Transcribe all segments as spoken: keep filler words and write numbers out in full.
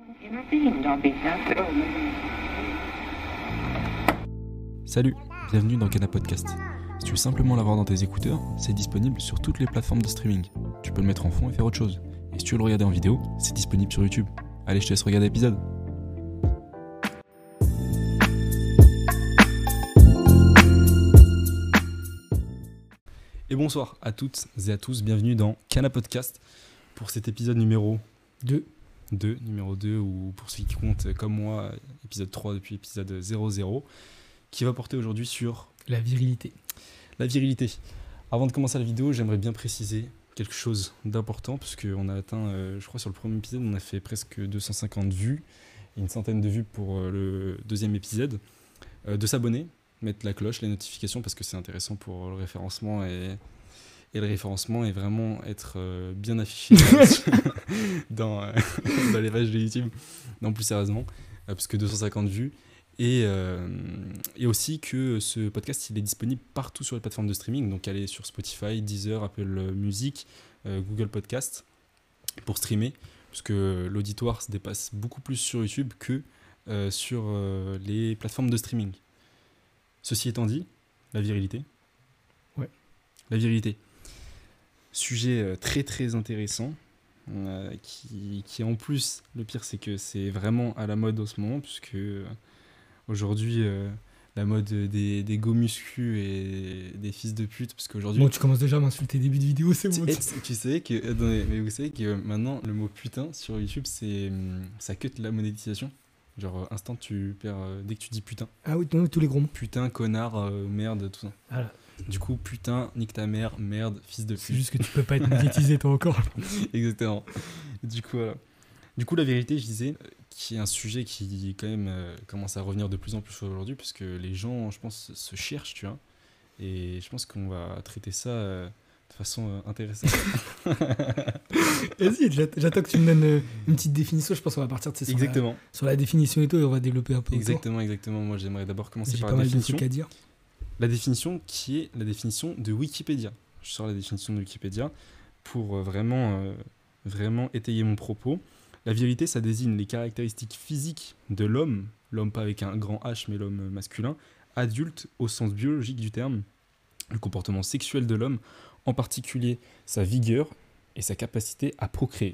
Salut, bienvenue dans Cana Podcast. Si tu veux simplement l'avoir dans tes écouteurs, c'est disponible sur toutes les plateformes de streaming. Tu peux le mettre en fond et faire autre chose. Et si tu veux le regarder en vidéo, c'est disponible sur YouTube. Allez, je te laisse regarder l'épisode. Et bonsoir à toutes et à tous, bienvenue dans Cana Podcast pour cet épisode numéro deux. deux, numéro deux, ou pour ceux qui comptent comme moi, épisode trois depuis épisode zéro zéro, qui va porter aujourd'hui sur la virilité. La virilité. Avant de commencer la vidéo, j'aimerais bien préciser quelque chose d'important, parce qu'on a atteint, euh, je crois sur le premier épisode, on a fait presque deux cent cinquante vues, et une centaine de vues pour euh, le deuxième épisode, euh, de s'abonner, mettre la cloche, les notifications, parce que c'est intéressant pour le référencement, et, et le référencement est vraiment être euh, bien affiché dans, euh, dans les pages de YouTube. Non, plus sérieusement, euh, parce que deux cent cinquante vues, et, euh, et aussi que ce podcast il est disponible partout sur les plateformes de streaming, donc allez sur Spotify, Deezer, Apple Music, euh, Google Podcast pour streamer, parce que l'auditoire se dépasse beaucoup plus sur YouTube que euh, sur euh, les plateformes de streaming. Ceci étant dit, la virilité. Ouais. La virilité. Sujet euh, très très intéressant, euh, qui, qui en plus, le pire c'est que c'est vraiment à la mode en ce moment, puisque euh, aujourd'hui, euh, la mode des, des go muscu et des fils de pute, parce qu'aujourd'hui... Bon, tu commences déjà à m'insulter début de vidéo, c'est bon. Tu, tu sais que, attendez, mais vous savez que maintenant, le mot putain sur YouTube, c'est, ça cut la monétisation. Genre, instant, tu perds, euh, dès que tu dis putain. Ah oui, non, tous les gros mots. Putain, connard, euh, merde, tout ça. Voilà. Du coup, putain, nique ta mère, merde, fils de pute. C'est juste que tu peux pas être monétisé, toi, encore. Exactement. Du coup, voilà. Du coup, la vérité, je disais, euh, qui est un sujet qui, quand même, euh, commence à revenir de plus en plus aujourd'hui, parce que les gens, je pense, se cherchent, tu vois. Et je pense qu'on va traiter ça euh, de façon euh, intéressante. Vas-y, j'attends que tu me donnes euh, une petite définition. Je pense qu'on va partir de ces sur Exactement. La, sur la définition et tout, et on va développer un peu. Exactement, autour. exactement. Moi, j'aimerais d'abord commencer J'ai par pas la mal définition. de trucs à dire. La définition qui est la définition de Wikipédia. Je sors la définition de Wikipédia pour euh, vraiment, euh, vraiment étayer mon propos. La virilité, ça désigne les caractéristiques physiques de l'homme, l'homme pas avec un grand H, mais l'homme masculin, adulte au sens biologique du terme, le comportement sexuel de l'homme, en particulier sa vigueur et sa capacité à procréer.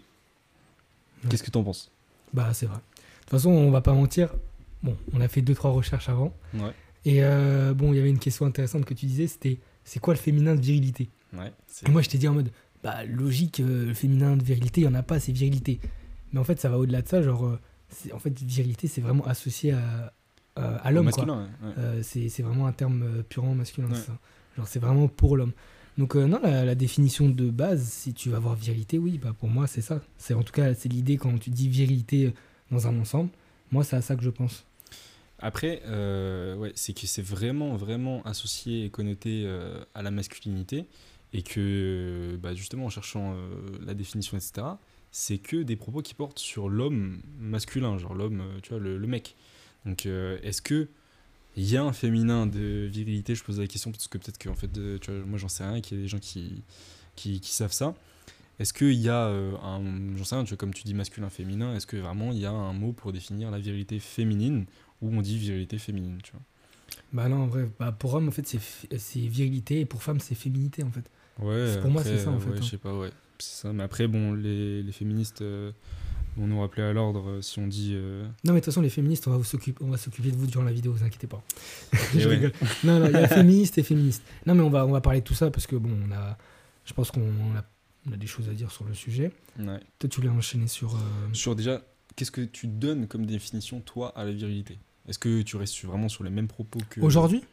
Ouais. Qu'est-ce que tu en penses ? Bah, c'est vrai. De toute façon, on va pas mentir. Bon, on a fait deux trois recherches avant. Ouais. Et euh, bon, il y avait une question intéressante que tu disais, c'était c'est quoi le féminin de virilité ? Ouais, Et moi, je t'ai dit en mode, bah logique, euh, le féminin de virilité, il n'y en a pas, c'est virilité. Mais en fait, ça va au-delà de ça, genre, euh, c'est, en fait, virilité, c'est vraiment associé à, à, à l'homme, quoi. masculin, ouais. Ouais. Euh, c'est, c'est vraiment un terme euh, purement masculin, Ouais. c'est ça. Genre, c'est vraiment pour l'homme. Donc, euh, non, la, la définition de base, si tu vas voir virilité, oui, bah pour moi, c'est ça. C'est, en tout cas, c'est l'idée quand tu dis virilité dans un ensemble. Moi, c'est à ça que je pense. Après, euh, ouais, c'est que c'est vraiment, vraiment associé et connoté euh, à la masculinité, et que, bah, justement, en cherchant euh, la définition, et cetera, c'est que des propos qui portent sur l'homme masculin, genre l'homme, euh, tu vois, le, le mec. Donc, euh, est-ce que il y a un féminin de virilité ? Je pose la question parce que peut-être que, en fait, de, tu vois, moi, j'en sais rien, et qu'il y a des gens qui, qui, qui savent ça. Est-ce qu'il y a euh, un, j'en sais rien, tu vois, comme tu dis masculin, féminin, est-ce que vraiment il y a un mot pour définir la virilité féminine, où on dit virilité féminine, tu vois ? Bah non, en vrai, bah, pour homme, en fait, c'est, c'est virilité, et pour femme, c'est féminité, en fait. Ouais, C'est- pour moi, après, c'est ça, en euh, fait, Ouais, hein. je sais pas, ouais. C'est ça. Mais après, bon, les, les féministes euh, vont nous rappeler à l'ordre euh, si on dit. Euh... Non, mais de toute façon, les féministes, on va, vous s'occuper, on va s'occuper de vous durant la vidéo, vous inquiétez pas. Et Je ouais. rigole. Non, non, il y a féministes et féministes. Non, mais on va, on va parler de tout ça parce que, bon, on a, je pense qu'on a, on a des choses à dire sur le sujet. Ouais. Toi, tu voulais enchaîner sur. Euh... Sur déjà, qu'est-ce que tu donnes comme définition, toi, à la virilité ? Est-ce que tu restes sur- vraiment sur les mêmes propos que. Aujourd'hui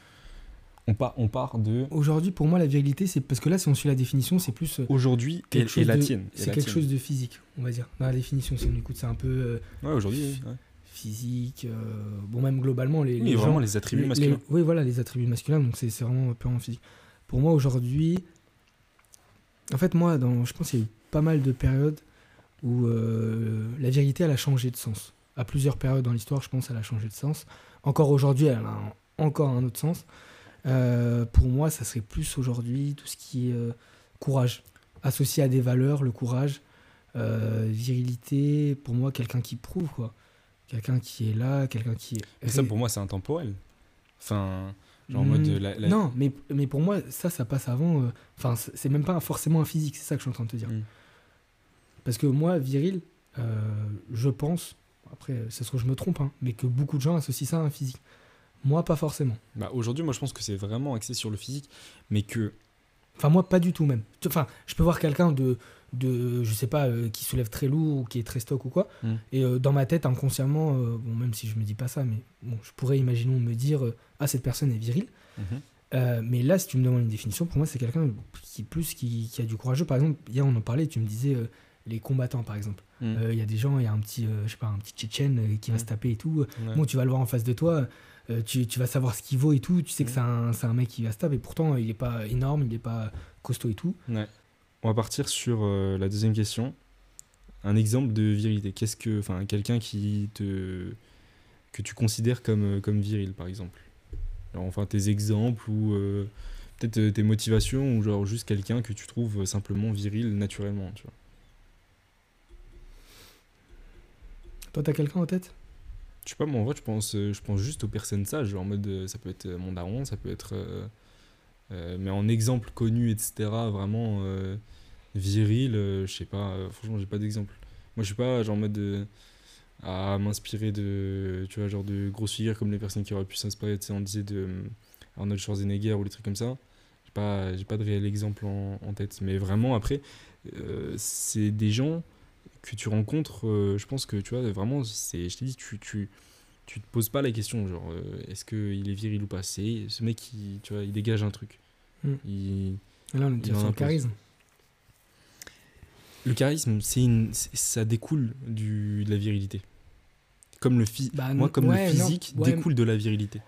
On part, on part de. Aujourd'hui, pour moi, la virilité, c'est. Parce que là, si on suit la définition, c'est plus. euh, Aujourd'hui et, quelque chose et la de- tienne. et C'est la quelque tienne. chose de physique, on va dire. Dans la définition, si on écoute, c'est un peu euh, Ouais, aujourd'hui, oui. Ouais. physique. euh, Bon, même globalement, les. Oui, les vraiment gens, les attributs les- masculins. les- oui, voilà, les attributs masculins, donc c'est, c'est vraiment purement physique. Pour moi, aujourd'hui. En fait, moi, dans, je pense qu'il y a eu pas mal de périodes où euh, la virilité, elle a changé de sens. À plusieurs périodes dans l'histoire, je pense, elle a changé de sens. Encore aujourd'hui, elle a un- encore un autre sens. Euh, pour moi, ça serait plus aujourd'hui tout ce qui est euh, courage, associé à des valeurs, le courage, Euh, virilité, pour moi, quelqu'un qui prouve, quoi. Quelqu'un qui est là, quelqu'un qui est... Mais ça, pour moi, c'est intemporel. Enfin, genre en mode... Hmm, La, la... Non, mais, mais pour moi, ça, ça passe avant... euh, Enfin, c'est c'est même pas forcément un physique, c'est ça que je suis en train de te dire. Mm. Parce que moi, viril, euh, je pense, après, ça se trouve, je me trompe, hein, mais que beaucoup de gens associent ça à un physique. Moi, pas forcément. Bah, aujourd'hui, moi, je pense que c'est vraiment axé sur le physique, mais que... Enfin, moi, pas du tout même. Tu- Enfin, je peux voir quelqu'un de, de, je sais pas, euh, qui soulève très lourd ou qui est très stock ou quoi, Mm. et euh, dans ma tête, inconsciemment, euh, bon, même si je me dis pas ça, mais bon, je pourrais, imaginons, me dire, euh, ah, cette personne est virile. Mhm. Euh, mais là, si tu me demandes une définition, pour moi, c'est quelqu'un qui plus qui, qui a du courageux. Par exemple, hier, on en parlait, tu me disais euh, les combattants, par exemple. Il Mm. euh, y a des gens, il y a un petit, euh, je sais pas, un petit Tchétchène euh, qui va Mm. se taper et tout. Ouais. Bon, tu vas le voir en face de toi, euh, tu, tu vas savoir ce qu'il vaut et tout. Tu sais que Mm. c'est un, c'est un mec qui va se taper. Et pourtant, il est pas énorme, il est pas costaud et tout. Ouais. On va partir sur euh, la deuxième question. Un exemple de virilité. Qu'est-ce que, enfin, quelqu'un qui te que tu considères comme euh, comme viril, par exemple. Alors, enfin, tes exemples ou euh, peut-être euh, tes motivations ou genre juste quelqu'un que tu trouves simplement viril naturellement, tu vois. Toi, t'as quelqu'un en tête? Je sais pas, moi en vrai, je pense, euh, je pense juste aux personnes sages. Genre en mode, euh, ça peut être euh, mon daron, ça peut être, euh, euh, mais en exemple connu, et cetera. Vraiment euh, viril, euh, je sais pas. euh, franchement, j'ai pas d'exemple. Moi, je suis pas genre en mode euh, à m'inspirer de, tu vois, genre de grosses figures comme les personnes qui auraient pu s'inspirer, tu sais, on disait de euh, Arnold Schwarzenegger ou les trucs comme ça. J'ai pas, j'ai pas de réel exemple en, en tête. Mais vraiment, après, euh, c'est des gens que tu rencontres, euh, je pense que tu vois, vraiment, c'est, je t'ai dit, tu, tu, tu te poses pas la question, genre, euh, est-ce qu'il est viril ou pas. C'est ce mec, qui, tu vois, il dégage un truc. Mm. Il, Et là, on est il sur en le impose. charisme. Le charisme, c'est une, c'est- ça découle du, de la virilité. Comme le phy- Bah, Moi, non, comme ouais, le non, physique ouais, découle de la virilité.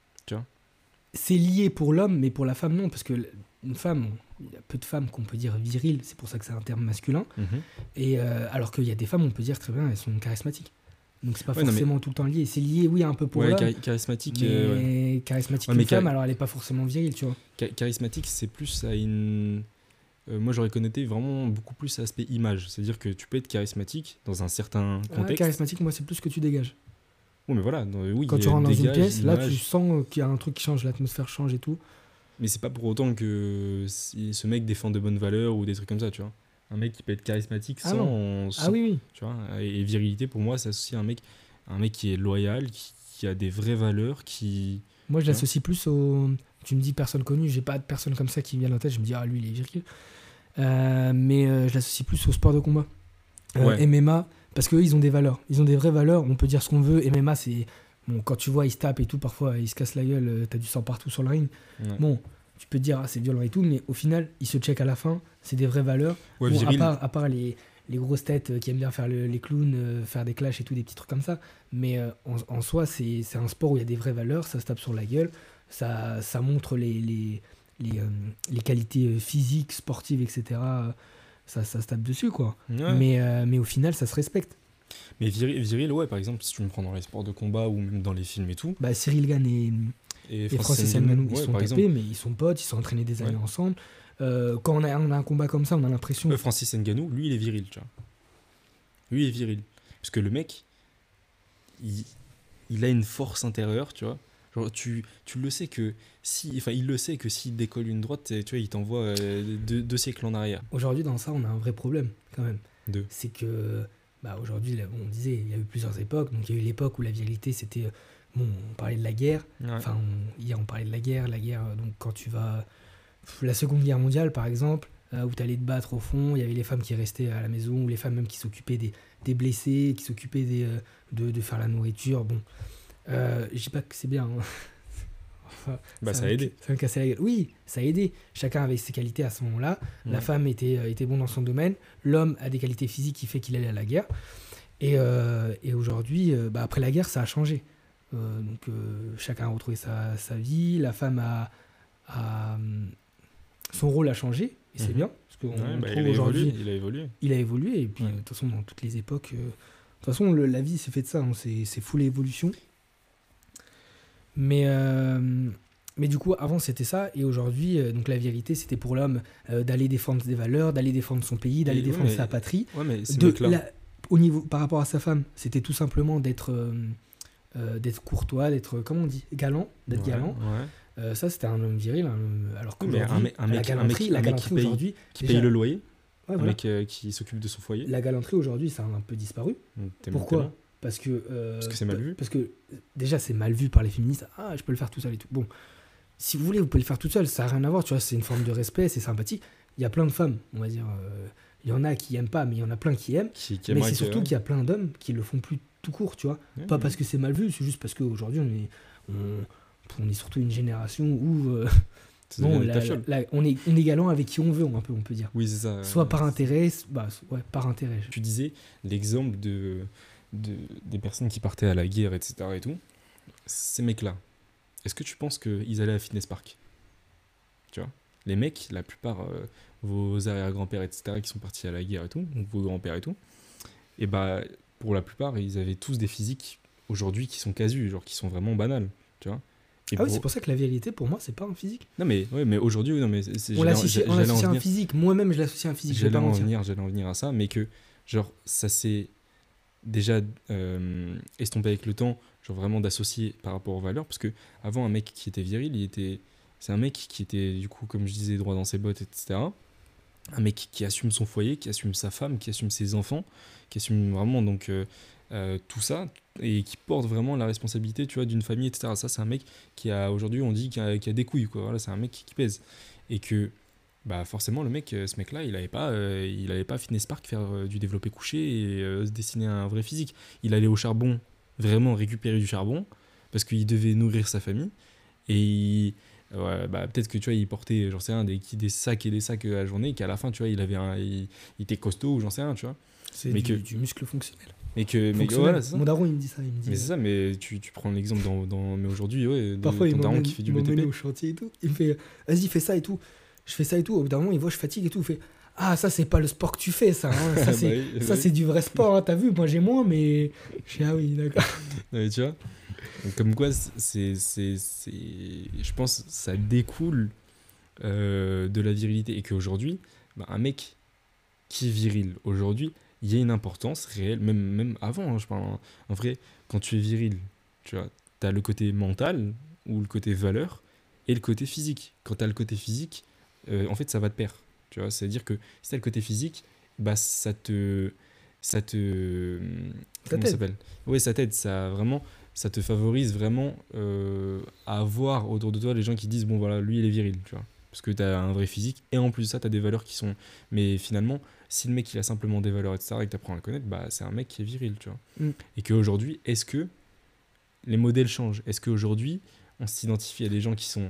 c'est lié pour l'homme, mais pour la femme, non. Parce que l- une femme, il y a peu de femmes qu'on peut dire viriles, c'est pour ça que c'est un terme masculin. Mhm. Et euh, alors qu'il y a des femmes, on peut dire très bien, elles sont charismatiques. Donc c'est pas Ouais, non, mais- forcément tout le temps lié. C'est lié, oui, un peu pour Ouais, l'homme, chari- charismatique, mais euh, ouais. charismatique Ouais, une mais femme, chari- alors elle est pas forcément virile, tu vois. Cha- charismatique, c'est plus à une. euh, moi, j'aurais connoté vraiment beaucoup plus à l'aspect image. C'est-à-dire que tu peux être charismatique dans un certain Ah, contexte. charismatique, moi, c'est plus ce que tu dégages. Oui, mais voilà, dans- oui, Quand il y tu a rentres dans une dégage, pièce, là, image. tu sens qu'il y a un truc qui change, l'atmosphère change et tout. Mais c'est pas pour autant que si ce mec défend de bonnes valeurs ou des trucs comme ça, tu vois. Un mec qui peut être charismatique Ah sans, sans- Ah oui, oui. tu vois. Et, et virilité, pour moi, c'est associé à un mec, un mec qui est loyal, qui, qui a des vraies valeurs, qui. Moi, je Ouais. l'associe plus au. Tu me dis personne connue, j'ai pas de personne comme ça qui me vient en tête. Je me dis, ah, lui, il est viril. Euh, mais euh, je l'associe plus au sport de combat. Euh, Ouais. M M A, parce qu'eux, ils ont des valeurs. Ils ont des vraies valeurs. On peut dire ce qu'on veut. M M A, c'est. Bon, quand tu vois, ils se tapent et tout, parfois, ils se cassent la gueule, euh, t'as du sang partout sur le ring. Ouais, Bon, tu peux te dire, ah, c'est violent et tout, mais au final, ils se checkent à la fin. C'est des vraies valeurs. Ouais, Bon, à viril. part, à part les, les grosses têtes euh, qui aiment bien faire le- les clowns, euh, faire des clashs et tout, des petits trucs comme ça. Mais euh, en, en soi, c'est c'est un sport où il y a des vraies valeurs, ça se tape sur la gueule, ça, ça montre les, les, les, euh, les qualités euh, physiques, sportives, et cetera. Ça, ça se tape dessus, quoi. Ouais. Mais, euh, mais au final, ça se respecte. Mais viril, viril, ouais, par exemple, si tu me prends dans les sports de combat ou même dans les films et tout. Bah, Cyril Gann et, Et, et Francis Ngannou, ils ouais, sont par tapés, exemple. mais ils sont potes, ils sont entraînés des années Ouais. ensemble. Euh, quand on a, on a un combat comme ça, on a l'impression... Ouais, Francis Ngannou, lui, il est viril, tu vois. Lui, il est viril. Parce que le mec, il, il a une force intérieure, tu vois. Genre, tu, tu le sais que si, enfin, il le sait que s'il décolle une droite, tu vois, il t'envoie euh, deux, deux siècles en arrière. Aujourd'hui, dans ça, on a un vrai problème, quand même. Deux. C'est que, bah, aujourd'hui, là, bon, on disait, il y a eu plusieurs époques. Donc, il y a eu l'époque où la virilité, c'était... euh, Bon, on parlait de la guerre. Ouais. Enfin, on- hier, on parlait de la guerre. La guerre, euh, donc, quand tu vas... pff, La Seconde Guerre mondiale, par exemple, euh, où tu allais te battre au front, il y avait les femmes qui restaient à la maison, ou les femmes même qui s'occupaient des, des blessés, qui s'occupaient des, euh, de, de faire la nourriture. Bon, euh, je dis pas que c'est bien. hein. Enfin, Bah, ça va a me- aidé. Ça va me casser la gueule. Oui, ça a aidé. Chacun avait ses qualités à ce moment-là. La Ouais. femme était, euh, était bon dans son domaine. L'homme a des qualités physiques qui fait qu'il allait à la guerre. Et, euh, et aujourd'hui, euh, bah, après la guerre, ça a changé. Euh, donc euh, chacun a retrouvé sa, sa vie. La femme a, a, hum, son rôle a changé. Et c'est Mhm. bien. Parce qu'on Ouais, on bah, trouve il, a aujourd'hui, évolué, il a évolué. il a évolué. Et puis, Ouais. euh, de toute façon, dans toutes les époques, euh, de toute façon, le- la vie, c'est fait de ça. hein. C'est c'est full évolution. Mais, euh, mais du coup, avant, c'était ça. Et aujourd'hui, euh, donc la virilité, c'était pour l'homme euh, d'aller défendre des valeurs, d'aller défendre son pays, d'aller Et ouais, défendre mais- sa patrie. Ouais, mais ces De, mecs-là. la- au niveau, par rapport à sa femme, c'était tout simplement d'être euh, euh, d'être courtois, d'être, comment on dit, galant, d'être Ouais, galant. ouais. Euh, ça, c'était un homme viril. un homme- alors Oui, mais un qu'aujourd'hui, mec- un la mec- un galanterie, mec- la un mec qui galanterie paye- aujourd'hui, Qui déjà- paye le loyer, ouais, un voilà. mec euh, qui s'occupe de son foyer. La galanterie aujourd'hui, ça a un peu disparu. Donc, t'es- Pourquoi t'es là. Parce que euh, Parce que c'est mal pa- vu. Parce que euh, déjà, c'est mal vu par les féministes. Ah, je peux le faire tout seul et tout. Bon, si vous voulez, vous pouvez le faire tout seul. Ça n'a rien à voir. Tu vois, c'est une forme de respect, c'est sympathique. Il y a plein de femmes, on va dire. euh, Il y en a qui aiment pas, mais il y en a plein qui aiment. Qui, qui Mais aimerait c'est que- surtout qu'il y a plein d'hommes qui le font plus tout court, tu vois. Ouais, Pas ouais. parce que c'est mal vu, c'est juste parce qu'aujourd'hui, on est, on, on est surtout une génération où euh, Ça bon, devient la- ta fiole. la- la- on, est, on est galant avec qui on veut, un peu, on peut dire. Oui, c'est ça. Soit par intérêt, bah, ouais, par intérêt. Tu disais l'exemple de, de, des personnes qui partaient à la guerre, et cetera. Et tout. Ces mecs-là, est-ce que tu penses qu'ils allaient à Fitness Park? Tu vois, les mecs, la plupart, euh, vos arrière-grands-pères, et cetera, qui sont partis à la guerre et tout, donc vos grands-pères et tout, et bah, pour la plupart, ils avaient tous des physiques aujourd'hui qui sont casus, genre qui sont vraiment banales, tu vois. Et Ah oui, pour- c'est pour ça que la virilité, pour moi, c'est pas un physique. Non mais, ouais, mais aujourd'hui, oui, non mais c'est- c'est- On j'allais en- l'associe on j'allais en l'associe à un venir- physique. Moi-même, je l'associe à un physique. Je vais J'allais pas en mentir. venir, j'allais en venir à ça, mais que genre ça s'est déjà euh, estompé avec le temps, genre vraiment d'associer par rapport aux valeurs, parce que avant un mec qui était viril, il était, c'est un mec qui était du coup comme je disais droit dans ses bottes, et cetera. Un mec qui assume son foyer, qui assume sa femme, qui assume ses enfants, qui assume vraiment donc euh, euh, tout ça et qui porte vraiment la responsabilité, tu vois, d'une famille, et cetera. Ça c'est un mec qui a aujourd'hui on dit qu'il a, qu'il a des couilles quoi. Voilà, c'est un mec qui, qui pèse et que bah forcément le mec, euh, ce mec là il avait pas euh, il avait pas Fitness Park faire euh, du développé couché et euh, se dessiner un vrai physique. Il allait au charbon vraiment récupérer du charbon parce qu'il devait nourrir sa famille et il- ouais, bah peut-être que tu vois il portait j'en sais rien des, des sacs et des sacs à la journée et qu'à la fin tu vois il avait un il, il était costaud ou j'en sais rien tu vois C'est mais du, que- du muscle fonctionnel. mais que mais Fonctionnel. voilà c'est ça. Mon daron, il me dit ça. Il me dit, Mais c'est ça, mais tu, tu prends l'exemple dans, dans mais aujourd'hui ouais de- parfois, il ton daron m'emmène qui fait du il m'emmène B T P. au chantier et tout. Il me fait, vas-y, fais ça et tout. Je fais ça et tout. Au bout d'un moment, il voit, je fatigue et tout. Il fait, ah, ça, c'est pas le sport que tu fais, ça. hein. Ça, Bah c'est, oui, ça, bah oui. c'est du vrai sport. hein. T'as vu, moi, j'ai moins, mais. Je fais, ah oui, d'accord. Non, mais tu vois donc, comme quoi c'est c'est c'est je pense que ça découle euh, de la virilité et qu'aujourd'hui bah, un mec qui est viril aujourd'hui il y a une importance réelle même même avant hein, je parle en, en vrai quand tu es viril tu vois t'as le côté mental ou le côté valeur et le côté physique quand t'as le côté physique euh, en fait ça va de pair tu vois c'est à dire que si t'as le côté physique bah ça te ça te Ça comment t'aide. ça s'appelle oui ça t'aide ça vraiment ça te favorise vraiment euh, à avoir autour de toi les gens qui disent bon voilà lui il est viril tu vois parce que tu as un vrai physique et en plus de ça tu as des valeurs qui sont mais finalement si le mec il a simplement des valeurs etc et que tu apprends à le connaître bah c'est un mec qui est viril tu vois Mm. et qu'aujourd'hui est-ce que les modèles changent est-ce qu'aujourd'hui on s'identifie à des gens qui sont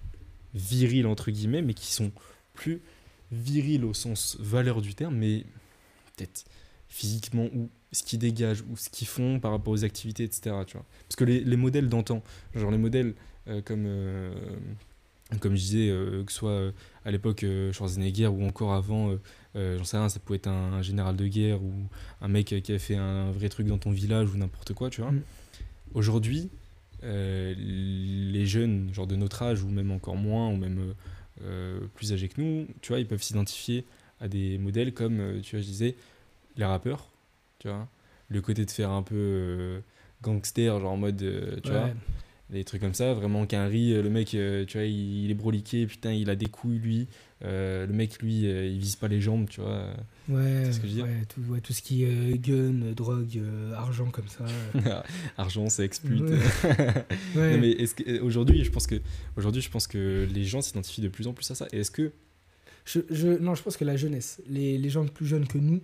virils entre guillemets mais qui sont plus virils au sens valeur du terme mais peut-être physiquement ou ce qu'ils dégagent ou ce qu'ils font par rapport aux activités etc tu vois parce que les, les modèles d'antan genre les modèles euh, comme euh, comme je disais euh, que ce soit euh, à l'époque euh, Schwarzenegger ou encore avant euh, euh, j'en sais rien ça pouvait être un, un général de guerre ou un mec qui a fait un vrai truc dans ton village ou n'importe quoi tu vois Mm. aujourd'hui euh, les jeunes genre de notre âge ou même encore moins ou même euh, euh, plus âgés que nous tu vois ils peuvent s'identifier à des modèles comme euh, tu vois je disais les rappeurs tu vois le côté de faire un peu euh, gangster genre en mode euh, tu Ouais. vois des trucs comme ça vraiment qu'un riz le mec euh, tu vois il, il est broliqué putain il a des couilles lui Euh, le mec lui euh, il vise pas les jambes tu vois Ouais, C'est ce que je veux dire. ouais, tout, ouais, tout ce qui est euh, gun, euh, drogue, euh, argent comme ça. euh. argent ça exploite Ouais. Ouais. non, mais est-ce que aujourd'hui je pense que aujourd'hui je pense que les gens s'identifient de plus en plus à ça et est-ce que Je, je- non, je pense que la jeunesse, les, les gens plus jeunes que nous,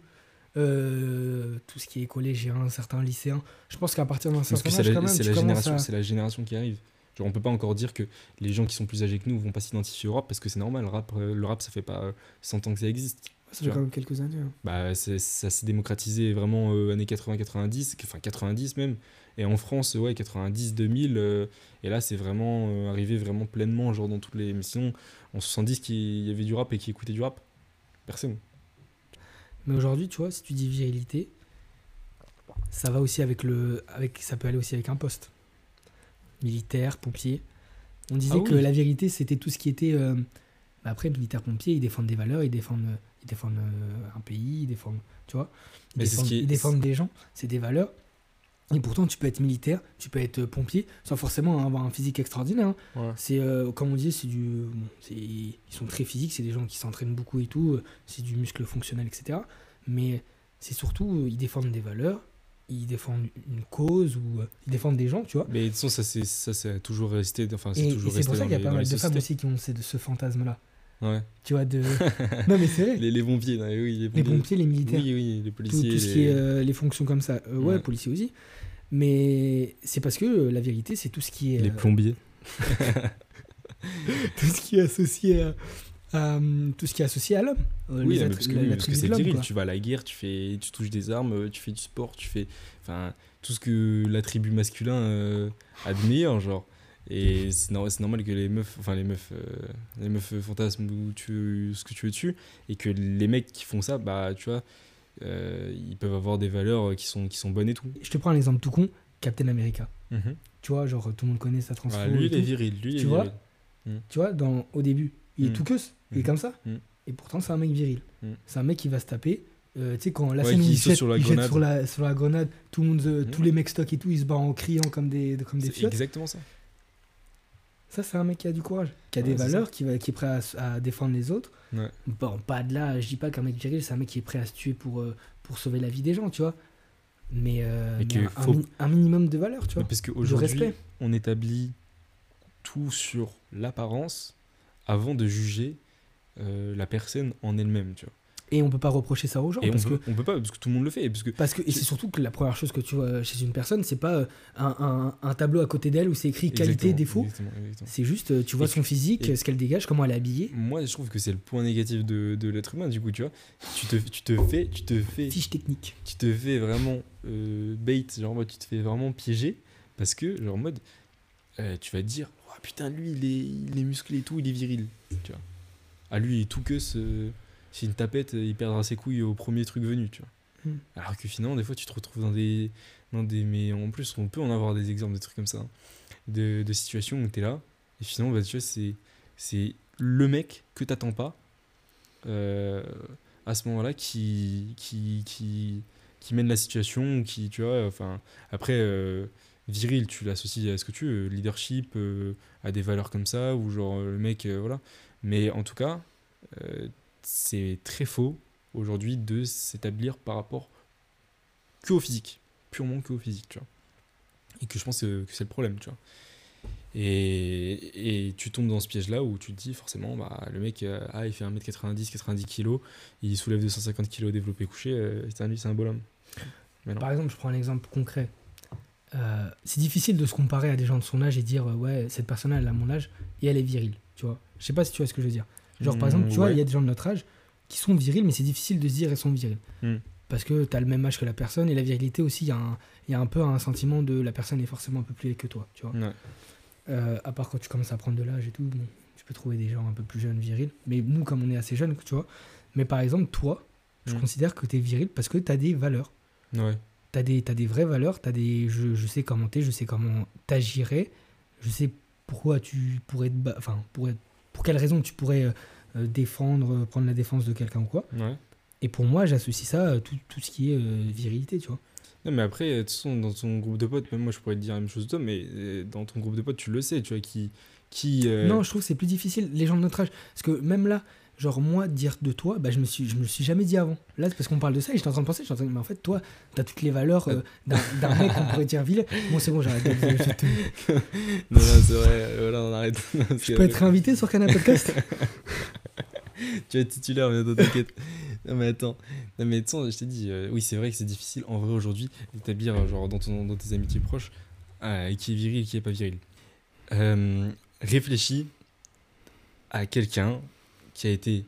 euh, tout ce qui est collégien, certains lycéens, je pense qu'à partir d'un parce certain que c'est âge, la, quand même, c'est tu la commences génération à... c'est la génération qui arrive genre on peut pas encore dire que les gens qui sont plus âgés que nous vont pas s'identifier au rap parce que c'est normal le rap euh, le rap ça fait pas euh, cent ans que ça existe Ça tu fait vois. quand même quelques années. hein. bah c'est- ça s'est démocratisé vraiment euh, années quatre-vingts quatre-vingt-dix enfin quatre-vingt-dix même et en France ouais quatre-vingt-dix deux mille euh, et là c'est vraiment euh, arrivé vraiment pleinement genre dans toutes les mais sinon en soixante-dix qui y avait du rap et qui écoutait du rap personne Mais aujourd'hui, tu vois, si tu dis virilité, ça va aussi avec le... Avec, ça peut aller aussi avec un poste. Militaire, pompier. On disait Ah oui. que la vérité, c'était tout ce qui était... euh, bah après, militaires-pompiers, ils défendent des valeurs, ils défendent, euh, ils défendent euh, un pays, ils défendent... Tu vois, ils Mais c'est ce défendent, qui est- ils défendent des gens, c'est des valeurs. Et pourtant, tu peux être militaire, tu peux être pompier, sans forcément avoir un physique extraordinaire. hein. Ouais. C'est, euh, comme on dit, c'est du... bon, c'est, ils sont très physiques, c'est des gens qui s'entraînent beaucoup et tout, euh, c'est du muscle fonctionnel, et cetera. Mais c'est surtout, euh, ils défendent des valeurs, ils défendent une cause, ou euh, ils défendent des gens, tu vois. Mais de toute façon, ça, c'est, ça, ça a toujours resté. Enfin, c'est Et, et toujours c'est resté pour ça dans qu'il y a les- pas dans mal les de femmes sociétés. aussi qui ont ce, ce fantasme-là. Ouais. Tu vois, de... non mais c'est vrai. Les, les pompiers, non, oui, les Les pompiers. pompiers, les militaires, Oui, oui, les tout, policiers. tout ce les... qui est euh, les fonctions comme ça. Euh, ouais, Ouais. policiers aussi. Mais c'est parce que euh, la vérité, c'est tout ce qui est... les euh, plombiers. tout ce qui est associé à, à, hum, tout ce qui est associé à l'homme. Euh, Oui, les mais attributs- parce que, la- oui, parce que l'attribut c'est de l'homme, viril. quoi. Tu vas à la guerre, tu, fais, tu touches des armes, euh, tu fais du sport, tu fais. Enfin, tout ce que l'attribut masculin euh, a de meilleur, genre. Et c'est, nor- c'est normal que les meufs, enfin les meufs, euh, les meufs fantasment où tu veux- ce que tu veux dessus, et que les mecs qui font ça, bah tu vois, euh, ils peuvent avoir des valeurs qui sont, qui sont bonnes et tout. Je te prends un exemple tout con, Captain America. Tu vois, genre tout le monde connaît sa transfo. Voilà, lui, et il est tout. viril. Lui, il est Tu vois viril. Tu vois, dans, au début, il est Mm. tout queuse, il est Mhm. comme ça. Mm. Et pourtant, c'est un mec viril. Mm. C'est un mec qui va se taper. Euh, tu sais, quand la Ouais, scène où qui il saute jette, sur la il jette grenade. sur la, sur la grenade, tout le monde, euh, Mm. tous les mecs stock et tout, ils se battent en criant comme des, comme des C'est fiottes. exactement ça. Ça, c'est un mec qui a du courage, qui a Ouais, des c'est valeurs, qui, va, qui est prêt à, s- à défendre les autres. Ouais. Bon, pas de là, je dis pas qu'un mec viril, c'est un mec qui est prêt à se tuer pour, euh, pour sauver la vie des gens, tu vois. Mais, euh, Mais mais que un, un faut- mi- un minimum de valeurs, tu Mais vois. parce De qu'aujourd'hui, respect. on établit tout sur l'apparence avant de juger euh, la personne en elle-même, tu vois. Et on peut pas reprocher ça aux gens. Et on parce peut, que on peut pas, parce que tout le monde le fait. Parce que, Parce que, et c'est surtout que la première chose que tu vois chez une personne, c'est pas euh, un, un- un tableau à côté d'elle où c'est écrit qualité, Exactement, défaut. exactement, exactement. C'est juste, euh, tu vois Et son physique, et- ce qu'elle dégage, comment elle est habillée. Moi, je trouve que c'est le point négatif de, de l'être humain, du coup, tu vois. Tu te, tu te fais, tu te fais, Fiche technique. tu te fais vraiment euh, bait, genre en mode, tu te fais vraiment piéger, parce que, genre en mode, euh, tu vas te dire, oh, putain, lui, il est, il est musclé et tout, il est viril, tu vois. Ah, lui, il est tout que ce... C'est une tapette, il perdra ses couilles au premier truc venu, tu vois. Hmm. Alors que finalement, des fois, tu te retrouves dans des, dans des... Mais en plus, on peut en avoir des exemples de trucs comme ça, hein, de, de situations où t'es là, et finalement, bah, tu vois, c'est, c'est le mec que t'attends pas, euh, à ce moment-là, qui, qui, qui, qui mène la situation, ou qui, tu vois, enfin... Après, euh, viril, tu l'associes à ce que tu veux, leadership, euh, à des valeurs comme ça, ou genre, le mec, euh, voilà. Mais en tout cas... euh, c'est très faux aujourd'hui de s'établir par rapport que au physique, purement que au physique, tu vois. Et que je pense que, que c'est le problème, tu vois. Et, et tu tombes dans ce piège-là où tu te dis forcément, bah, le mec, euh, ah, il fait un mètre quatre-vingt-dix, quatre-vingt-dix kilos, il soulève deux cent cinquante kilos développé couché, euh, c'est un, lui, c'est un bonhomme. Mais non. Par exemple, je prends un exemple concret. Euh, c'est difficile de se comparer à des gens de son âge et dire, euh, ouais, cette personne-là, elle a mon âge et elle est virile, tu vois. Je sais pas si tu vois ce que je veux dire. Genre, par exemple, tu vois, Ouais. il y a des gens de notre âge qui sont virils, mais c'est difficile de se dire elles sont virils. Mm. Parce que tu as le même âge que la personne, et la virilité aussi, il y, a un- il y a un peu un sentiment de la personne est forcément un peu plus vieille que toi, tu vois. Ouais. Euh, à part quand tu commences à prendre de l'âge et tout, bon, tu peux trouver des gens un peu plus jeunes virils. Mais nous, comme on est assez jeunes, tu vois. Mais par exemple, toi, je Mm. considère que tu es viril parce que tu as des valeurs. Ouais. Tu as des, t'as des vraies valeurs, t'as des, je, je sais comment t'es, je sais comment t'agirais, je sais pourquoi tu pourrais te ba- enfin, pour, pour quelles raisons tu pourrais euh, euh, défendre, euh, prendre la défense de quelqu'un ou quoi. Ouais. Et pour moi, j'associe ça à tout, tout ce qui est euh, virilité, tu vois. Non, mais après, de toute façon, dans ton groupe de potes, même moi, je pourrais te dire la même chose de toi, mais euh, dans ton groupe de potes, tu le sais, tu vois, qui... qui euh, Non, je trouve que c'est plus difficile, les gens de notre âge. Parce que même là, genre moi, dire de toi, bah, je me suis, je me le suis jamais dit avant. Là, c'est parce qu'on parle de ça et j'étais en train de penser, j'étais en train de- mais en fait, toi, t'as toutes les valeurs euh, d'un, d'un mec qu'on pourrait dire vilain. Bon, c'est bon, j'arrête de je te- non, non, c'est vrai, voilà, on arrête. Je peux être invité sur Canal Podcast. Tu vas être titulaire bientôt, t'inquiète. Non, mais attends. Non, mais tu sais, je t'ai dit, euh, oui, c'est vrai que c'est difficile en vrai aujourd'hui d'établir, euh, genre, dans, ton, dans tes amitiés proches, euh, qui est viril, qui est pas viril. Euh, réfléchis à quelqu'un qui a été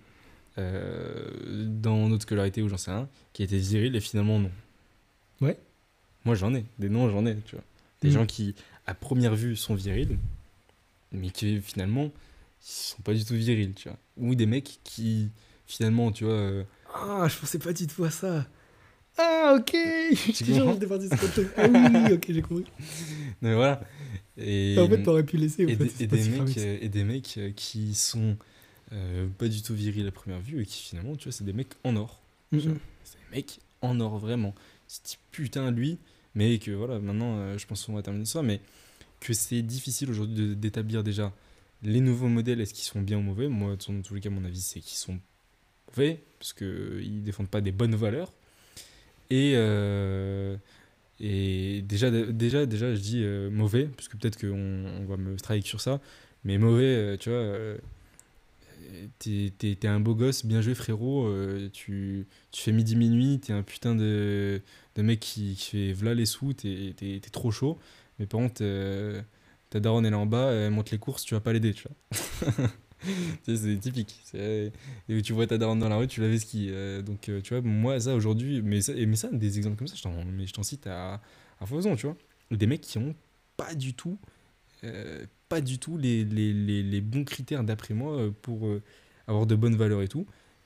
euh, dans notre scolarité ou j'en sais rien, qui a été viril et finalement non. Ouais. Moi, j'en ai. Des noms, j'en ai, tu vois. Des Mm. gens qui, à première vue, sont virils, mais qui finalement, ils sont pas du tout virils, tu vois. Ou des mecs qui, finalement, tu vois. euh, Ah, je pensais pas du tout à ça. Ah, ok. Je te jure, j'étais parti sur quelque chose. Ah oui, oui, ok, j'ai compris. Mais voilà. Et, En fait, t'aurais pu laisser. et, En fait, des, c'est et pas des si mecs, grave. euh, et des mecs euh, qui sont euh, pas du tout virils à première vue et qui finalement, tu vois, c'est des mecs en or. Mm, Tu vois. mm. C'est des mecs en or, vraiment. Tu te dis putain, lui, mais que voilà, maintenant, euh, je pense qu'on va terminer ça, mais que c'est difficile aujourd'hui de- d'établir déjà les nouveaux modèles, est-ce qu'ils sont bien ou mauvais. Moi, dans tous les cas, mon avis, c'est qu'ils sont mauvais, parce qu'ils défendent pas des bonnes valeurs. Et, euh, et déjà, déjà, déjà, je dis euh, mauvais, parce que peut-être qu'on on va me strike sur ça, mais mauvais, euh, tu vois, euh, t'es, t'es, t'es un beau gosse, bien joué frérot, euh, tu, tu fais midi-minuit, t'es un putain de, de mec qui, qui fait v'là les sous, t'es, t'es, t'es trop chaud, mais par contre, euh, ta daronne elle est en bas, elle monte les courses, tu vas pas l'aider, tu vois. Tu sais, c'est typique. C'est... Et où tu vois ta daronne dans la rue, tu la ski. Euh, donc, euh, tu vois, moi, ça aujourd'hui, mais ça, et- mais ça, des exemples comme ça, je t'en, mais je t'en cite à, à foison, tu vois. Des mecs qui ont pas du tout, euh, pas du tout les, les, les, les bons critères d'après moi euh, pour euh, avoir de bonnes valeurs et tout.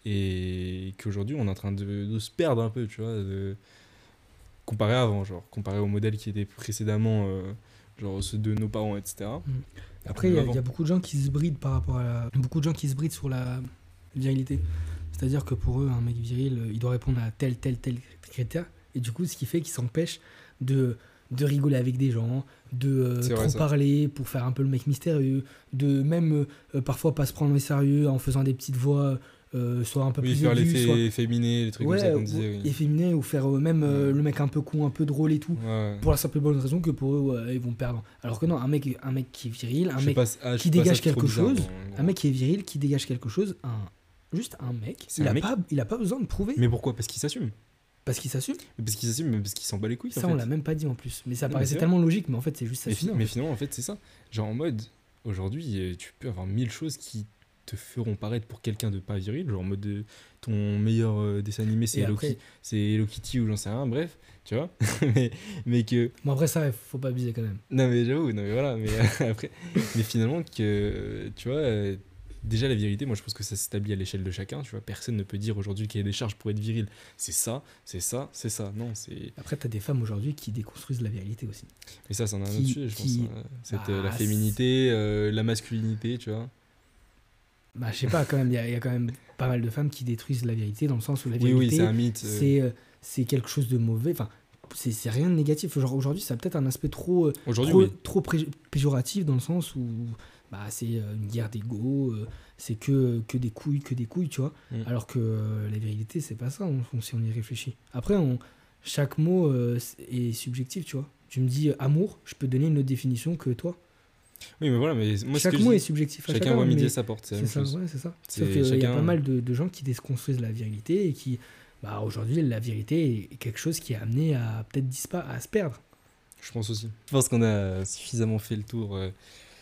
Et qu'aujourd'hui, on est en train de, de se perdre un peu, tu vois, de- comparé à avant, genre, comparé au modèle qui était précédemment, euh, genre ceux de nos parents, et cetera. Mm. Après, il Même y, a- avant. il y a beaucoup de gens qui se brident par rapport à la... beaucoup de gens qui se brident sur la virilité. C'est-à-dire que pour eux, un mec viril, euh, il doit répondre à tel, tel, tel critère. Et du coup, ce qui fait qu'ils s'empêchent de, de rigoler avec des gens, de euh, C'est vrai, trop ça. parler pour faire un peu le mec mystérieux, de même euh, parfois pas se prendre au sérieux en faisant des petites voix, euh, soit un peu Oui, plus faire aiguës, l'effet soit féminin, les trucs comme ça qu'on disait. Oui. efféminé, ou faire euh, même euh, Ouais. le mec un peu con, un peu drôle et tout. Ouais. Pour la simple et bonne raison que pour eux, ouais, ils vont perdre. Alors que non, un mec, un mec qui est viril, un Je sais mec pas, ah, je qui sais pas, dégage ça, c'est trop quelque bizarre, chose, moi, en gros. un mec qui est viril, qui dégage quelque chose, un, juste un mec, C'est il un a, mec. pas, il a pas besoin de prouver Mais pourquoi? Parce qu'il s'assume. parce qu'il s'assume. Mais Parce qu'il s'assume, mais parce qu'il s'en bat les couilles. Ça, en fait. on l'a même pas dit en plus. Mais ça Non, mais paraissait c'est tellement logique, mais en fait, c'est juste Mais, s'assumer. fi- en mais fait. finalement, en fait, c'est ça. Genre en mode, aujourd'hui, euh, tu peux avoir mille choses qui te feront paraître pour quelqu'un de pas viril. Genre en mode, euh, ton meilleur euh, dessin animé, c'est Et Hello, après- Ki- c'est Hello Kitty ou j'en sais rien, bref, tu vois. mais, mais que. Bon, après, ça, faut pas abuser quand même. Non, mais j'avoue, non, mais voilà. Mais euh, après. Mais finalement, que. euh, Tu vois. euh, Déjà, la virilité, moi je pense que ça s'établit à l'échelle de chacun. Tu vois, personne ne peut dire aujourd'hui qu'il y a des charges pour être viril. C'est ça, c'est ça, c'est ça. Non, c'est. Après, t'as des femmes aujourd'hui qui déconstruisent la virilité aussi. Mais ça, c'est un autre Qui- sujet, je qui- pense. hein. Cette, Bah, euh, la féminité, euh, la masculinité, tu vois. Bah, je sais pas, quand même, il y, a- il y a quand même pas mal de femmes qui détruisent la virilité dans le sens où la Oui, oui, virilité, c'est un mythe. euh. c'est euh, c'est quelque chose de mauvais. Enfin, c'est c'est rien de négatif. Genre aujourd'hui, ça a peut-être un aspect trop, euh, Aujourd'hui, trop, oui. trop pré- péjoratif dans le sens où bah, c'est euh, une guerre d'ego, euh, c'est que, que des couilles, que des couilles, tu vois. Mm. Alors que euh, la virilité, c'est pas ça, on- on- si on y réfléchit. Après, on, chaque mot euh, est subjectif, tu vois. Tu me dis euh, amour, je peux donner une autre définition que toi. Oui, mais voilà, mais moi, ce Chaque que mot je est dis, subjectif à chacun chacun. voit midi mais à sa porte, c'est la c'est même ça, chose. ouais, c'est ça. C'est Sauf qu'il y a chacun- pas mal de, de gens qui déconstruisent la virilité et qui, bah, aujourd'hui, la virilité est quelque chose qui est amené à peut-être dispa- à se perdre. Je pense aussi. Je pense qu'on a suffisamment fait le tour euh,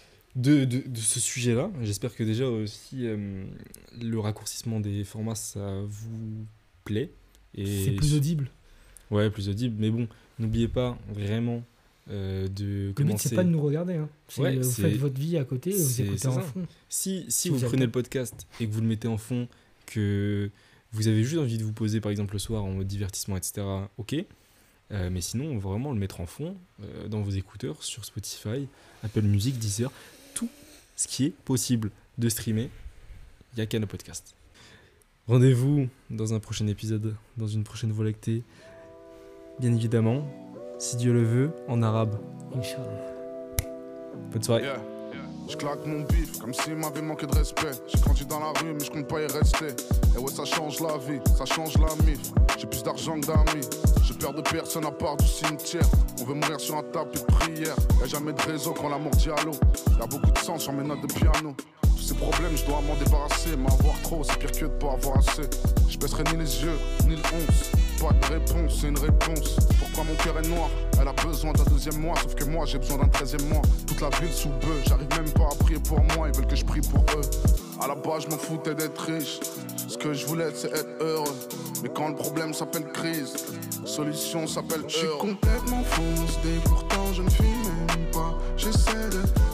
de, de, de ce sujet-là. J'espère que déjà aussi euh, le raccourcissement des formats, ça vous plaît. Et C'est plus audible. Ouais, plus audible. Mais bon, n'oubliez pas vraiment euh, de Le but, commencer. c'est pas de nous regarder. Hein. C'est, Ouais, euh, vous c'est- faites votre vie à côté, vous c'est- écoutez c'est en ça. fond. Si, si Si vous vous avez prenez le le podcast et que vous le mettez en fond, que vous avez juste envie de vous poser par exemple le soir en mode divertissement, et cetera, ok. Euh, mais sinon, vraiment le mettre en fond euh, dans vos écouteurs, sur Spotify, Apple Music, Deezer, tout ce qui est possible de streamer, il n'y a qu'à nos podcasts. Rendez-vous dans un prochain épisode, dans une prochaine Voie lactée, bien évidemment, si Dieu le veut, en arabe. Inch'Allah. Bonne soirée. Yeah. Je claque mon bif comme s'il m'avait manqué de respect. J'ai grandi dans la rue mais je compte pas y rester. Et ouais ça change la vie, ça change la mif. J'ai plus d'argent que d'amis. J'ai peur de personne à part du cimetière. On veut mourir sur un tapis de prière. Y'a jamais de réseau quand la mort dit allô. Y'a beaucoup de sang sur mes notes de piano. Tous ces problèmes je dois m'en débarrasser. Mais avoir trop c'est pire que de pas avoir assez. Je baisserai ni les yeux, ni le once. Pas de réponse, c'est une réponse. Pourquoi mon cœur est noir? Elle a besoin d'un deuxième mois, sauf que moi j'ai besoin d'un treizième mois. Toute la ville sous bœuf, j'arrive même pas à prier pour moi, ils veulent que je prie pour eux. À la base je m'en foutais d'être riche, ce que je voulais c'est être heureux. Mais quand le problème s'appelle crise, solution s'appelle heureux. Je suis complètement foncé, pourtant je ne fume même pas. J'essaie de